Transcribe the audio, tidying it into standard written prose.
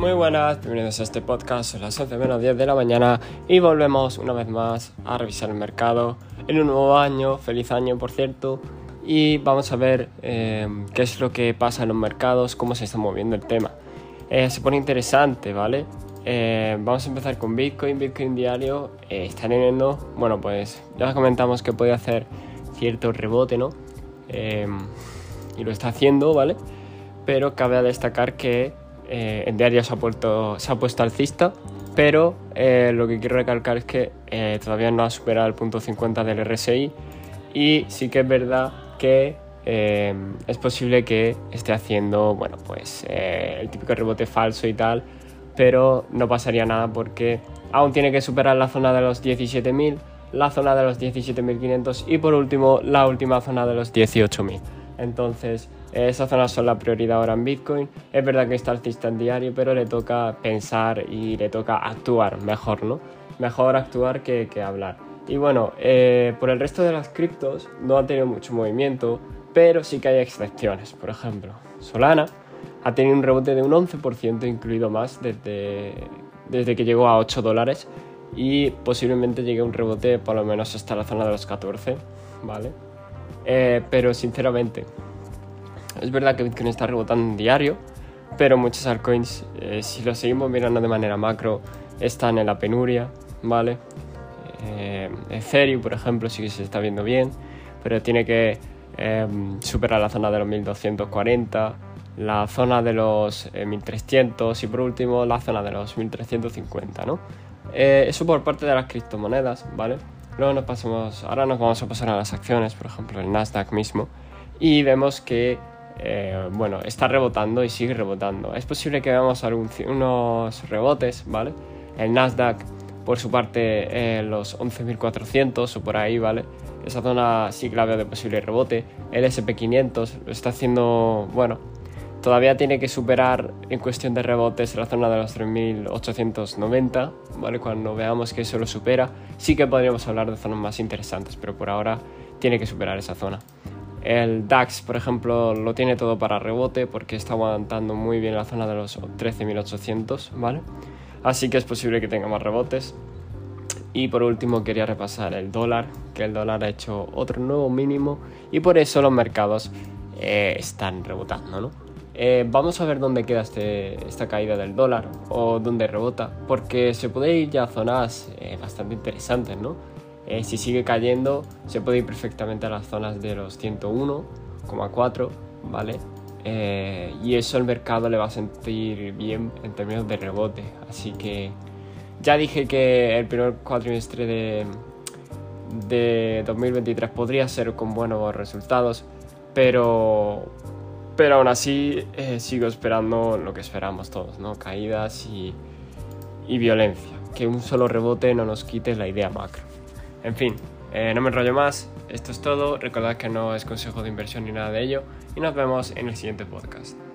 Muy buenas, bienvenidos a este podcast, son las 11 menos 10 de la mañana y volvemos una vez más a revisar el mercado en un nuevo año, feliz año por cierto, y vamos a ver qué es lo que pasa en los mercados, cómo se está moviendo el tema. Se pone interesante, ¿vale? Vamos a empezar con Bitcoin diario, está teniendo, bueno pues ya comentamos que puede hacer cierto rebote, ¿no? Y lo está haciendo, ¿vale? Pero cabe destacar que en diario se ha puesto alcista, pero lo que quiero recalcar es que todavía no ha superado el punto 50 del RSI y sí que es verdad que es posible que esté haciendo, bueno, pues el típico rebote falso y tal, pero no pasaría nada porque aún tiene que superar la zona de los 17.000, la zona de los 17.500 y por último la última zona de los 18.000. Entonces esas zonas son la prioridad ahora en Bitcoin. Es verdad que está alcista en diario, pero le toca pensar y le toca actuar mejor, ¿no? Mejor actuar que hablar. Y bueno, por el resto de las criptos no ha tenido mucho movimiento, pero sí que hay excepciones. Por ejemplo, Solana ha tenido un rebote de un 11%, incluido más desde que llegó a $8 y posiblemente llegue a un rebote por lo menos hasta la zona de los 14, ¿vale? Pero sinceramente es verdad que Bitcoin está rebotando en diario, pero muchos altcoins, si lo seguimos mirando de manera macro, están en la penuria, ¿vale? Ethereum, por ejemplo, sí que se está viendo bien, pero tiene que superar la zona de los 1240, la zona de los 1300 y por último la zona de los 1350, ¿no? Eso por parte de las criptomonedas, ¿vale? Luego ahora nos vamos a pasar a las acciones, por ejemplo el Nasdaq mismo, y vemos que bueno, está rebotando y sigue rebotando. Es posible que veamos unos rebotes, ¿vale? El Nasdaq, por su parte, los 11.400 o por ahí, ¿vale? Esa zona sí que la veo de posible rebote. El SP500 lo está haciendo, bueno, todavía tiene que superar en cuestión de rebotes la zona de los 3.890, ¿vale? Cuando veamos que eso lo supera, sí que podríamos hablar de zonas más interesantes, pero por ahora tiene que superar esa zona. El DAX, por ejemplo, lo tiene todo para rebote porque está aguantando muy bien la zona de los 13.800, ¿vale? Así que es posible que tenga más rebotes. Y por último quería repasar el dólar, que el dólar ha hecho otro nuevo mínimo y por eso los mercados están rebotando, ¿no? Vamos a ver dónde queda esta caída del dólar o dónde rebota, porque se puede ir ya a zonas bastante interesantes, ¿no? Si sigue cayendo, se puede ir perfectamente a las zonas de los 101,4, ¿vale? Y eso el mercado le va a sentir bien en términos de rebote. Así que ya dije que el primer cuatrimestre de 2023 podría ser con buenos resultados, pero aún así sigo esperando lo que esperamos todos, ¿no? Caídas y violencia. Que un solo rebote no nos quite la idea macro. En fin, no me enrollo más, esto es todo, recordad que no es consejo de inversión ni nada de ello y nos vemos en el siguiente podcast.